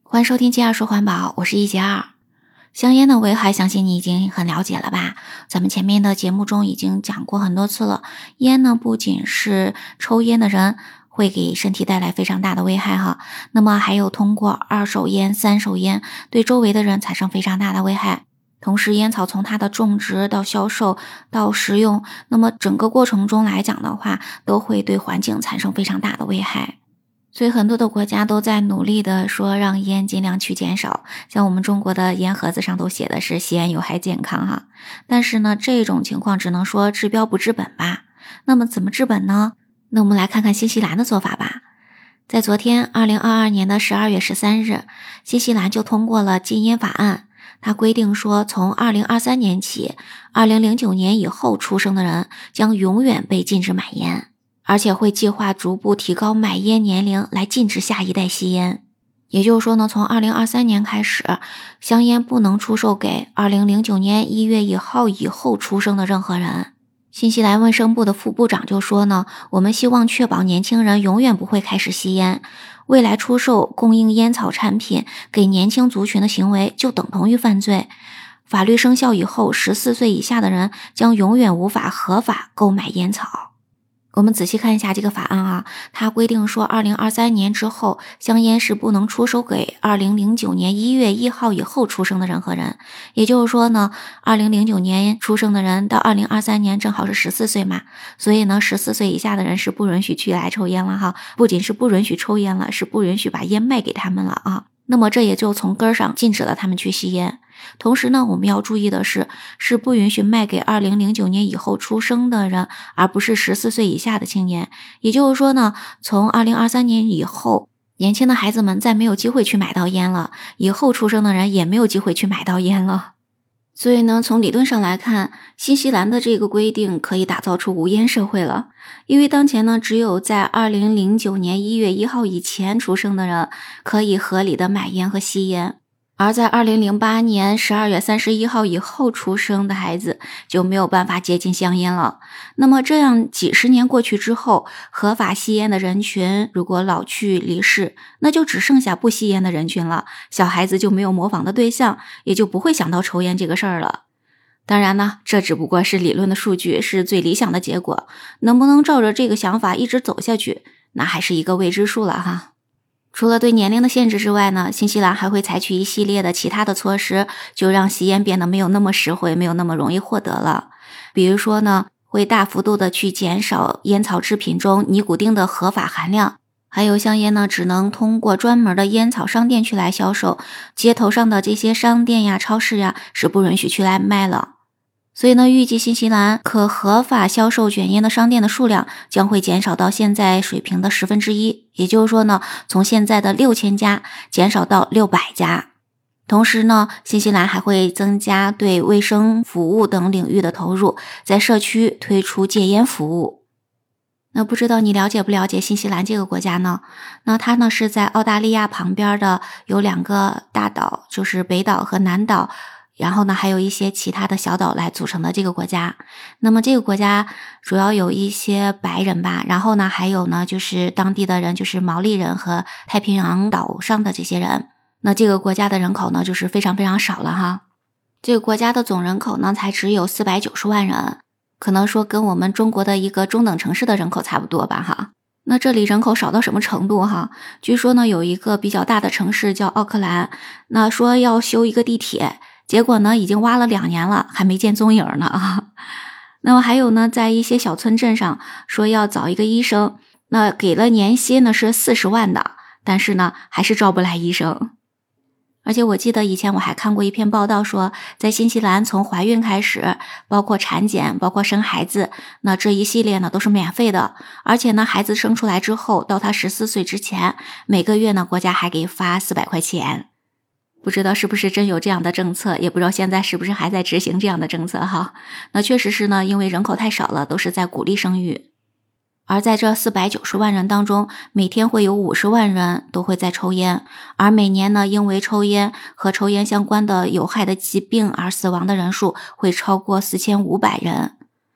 欢迎收听杰儿说环保，我是一杰儿。香烟的危害相信你已经很了解了吧，咱们前面的节目中已经讲过很多次了。烟呢不仅是抽烟的人会给身体带来非常大的危害哈，那么还有通过二手烟、三手烟对周围的人产生非常大的危害。同时烟草从它的种植到销售到食用，那么整个过程中来讲的话，都会对环境产生非常大的危害。所以很多的国家都在努力的说让烟尽量去减少，像我们中国的烟盒子上都写的是吸烟有害健康哈。但是呢，这种情况只能说治标不治本吧。那么怎么治本呢？那我们来看看新西兰的做法吧。在昨天2022年的12月13日，新西兰就通过了禁烟法案。它规定说，从2023年起，2009年以后出生的人将永远被禁止买烟。而且会计划逐步提高买烟年龄来禁止下一代吸烟。也就是说呢，从2023年开始，香烟不能出售给2009年1月1号以后出生的任何人。新西兰卫生部的副部长就说呢，我们希望确保年轻人永远不会开始吸烟，未来出售供应烟草产品给年轻族群的行为就等同于犯罪。法律生效以后，14岁以下的人将永远无法合法购买烟草。我们仔细看一下这个法案啊，它规定说2023年之后，香烟是不能出售给2009年1月1号以后出生的任何人。也就是说呢，2009年出生的人到2023年正好是14岁嘛，所以呢，14岁以下的人是不允许去来抽烟了哈，不仅是不允许抽烟了，是不允许把烟卖给他们了啊。那么这也就从根儿上禁止了他们去吸烟。同时呢，我们要注意的是不允许卖给2009年以后出生的人，而不是14岁以下的青年。也就是说呢，从2023年以后，年轻的孩子们再没有机会去买到烟了，以后出生的人也没有机会去买到烟了。所以呢，从理论上来看，新西兰的这个规定可以打造出无烟社会了。因为当前呢，只有在2009年1月1号以前出生的人可以合理的买烟和吸烟，而在2008年12月31号以后出生的孩子就没有办法接近香烟了。那么这样几十年过去之后，合法吸烟的人群如果老去离世，那就只剩下不吸烟的人群了，小孩子就没有模仿的对象，也就不会想到抽烟这个事儿了。当然呢，这只不过是理论的数据，是最理想的结果，能不能照着这个想法一直走下去，那还是一个未知数了哈。除了对年龄的限制之外呢，新西兰还会采取一系列的其他的措施，就让吸烟变得没有那么实惠，没有那么容易获得了。比如说呢，会大幅度的去减少烟草制品中尼古丁的合法含量，还有香烟呢只能通过专门的烟草商店去来销售，街头上的这些商店呀、超市呀是不允许去来卖了。所以呢，预计新西兰可合法销售卷烟的商店的数量将会减少到现在水平的1/10，也就是说呢，从现在的6000家减少到600家。同时呢，新西兰还会增加对卫生服务等领域的投入，在社区推出戒烟服务。那不知道你了解不了解新西兰这个国家呢？那它呢是在澳大利亚旁边的有2个大岛，就是北岛和南岛，然后呢还有一些其他的小岛来组成的这个国家。那么这个国家主要有一些白人吧，然后呢还有呢就是当地的人，就是毛利人和太平洋岛上的这些人。那这个国家的人口呢就是非常非常少了哈。这个国家的总人口呢才只有490万人，可能说跟我们中国的一个中等城市的人口差不多吧哈。那这里人口少到什么程度哈？据说呢有一个比较大的城市叫奥克兰，那说要修一个地铁，结果呢已经挖了2年了，还没见踪影呢啊。那么还有呢，在一些小村镇上说要找一个医生，那给了年薪呢是40万的，但是呢还是招不来医生。而且我记得以前我还看过一篇报道说，在新西兰从怀孕开始，包括产检，包括生孩子，那这一系列呢都是免费的。而且呢，孩子生出来之后，到他14岁之前，每个月呢国家还给发400块钱。不知道是不是真有这样的政策，也不知道现在是不是还在执行这样的政策哈。那确实是呢，因为人口太少了，都是在鼓励生育。而在这490万人当中，每天会有50万人都会在抽烟，而每年呢，因为抽烟和抽烟相关的有害的疾病而死亡的人数会超过4500人。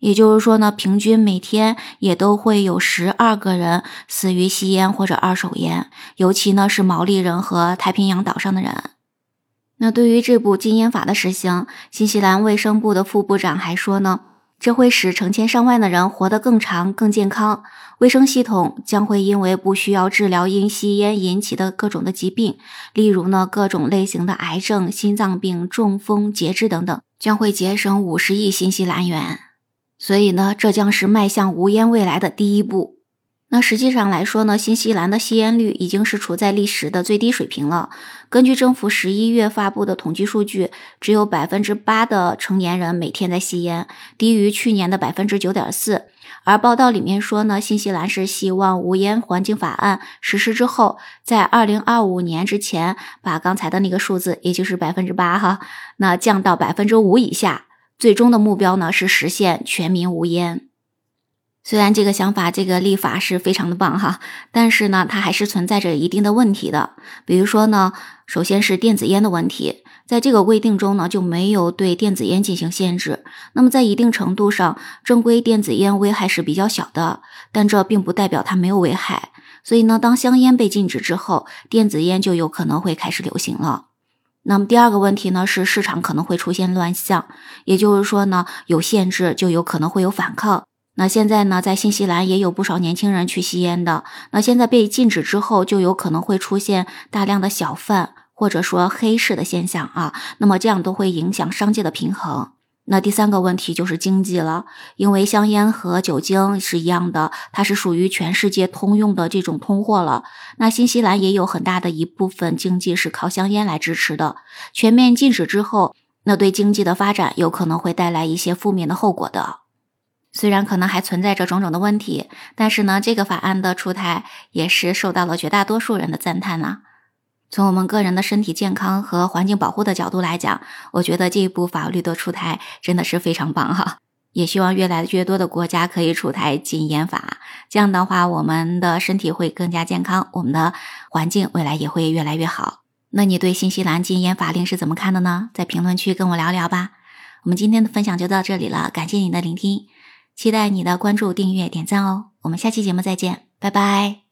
也就是说呢，平均每天也都会有12个人死于吸烟或者二手烟，尤其呢是毛利人和太平洋岛上的人。那对于这部禁烟法的实行，新西兰卫生部的副部长还说呢，这会使成千上万的人活得更长、更健康，卫生系统将会因为不需要治疗因吸烟引起的各种的疾病，例如呢各种类型的癌症、心脏病、中风、截肢等等，将会节省50亿新西兰元。所以呢，这将是迈向无烟未来的第一步。那实际上来说呢，新西兰的吸烟率已经是处在历史的最低水平了。根据政府11月发布的统计数据，只有 8% 的成年人每天在吸烟，低于去年的 9.4%。而报道里面说呢，新西兰是希望无烟环境法案实施之后，在2025年之前把刚才的那个数字，也就是 8% 哈，那降到 5% 以下。最终的目标呢是实现全民无烟。虽然这个想法，这个立法是非常的棒哈，但是呢，它还是存在着一定的问题的。比如说呢，首先是电子烟的问题，在这个规定中呢，就没有对电子烟进行限制。那么在一定程度上，正规电子烟危害是比较小的，但这并不代表它没有危害。所以呢，当香烟被禁止之后，电子烟就有可能会开始流行了。那么第二个问题呢，是市场可能会出现乱象，也就是说呢，有限制就有可能会有反抗。那现在呢，在新西兰也有不少年轻人去吸烟的，那现在被禁止之后，就有可能会出现大量的小贩或者说黑市的现象啊，那么这样都会影响商界的平衡。那第三个问题就是经济了，因为香烟和酒精是一样的，它是属于全世界通用的这种通货了。那新西兰也有很大的一部分经济是靠香烟来支持的。全面禁止之后，那对经济的发展有可能会带来一些负面的后果的。虽然可能还存在着种种的问题，但是呢，这个法案的出台也是受到了绝大多数人的赞叹呢。从我们个人的身体健康和环境保护的角度来讲，我觉得这一部法律的出台真的是非常棒哈。也希望越来越多的国家可以出台禁烟法，这样的话我们的身体会更加健康，我们的环境未来也会越来越好。那你对新西兰禁烟法令是怎么看的呢？在评论区跟我聊聊吧。我们今天的分享就到这里了，感谢你的聆听，期待你的关注、订阅、点赞哦。我们下期节目再见，拜拜。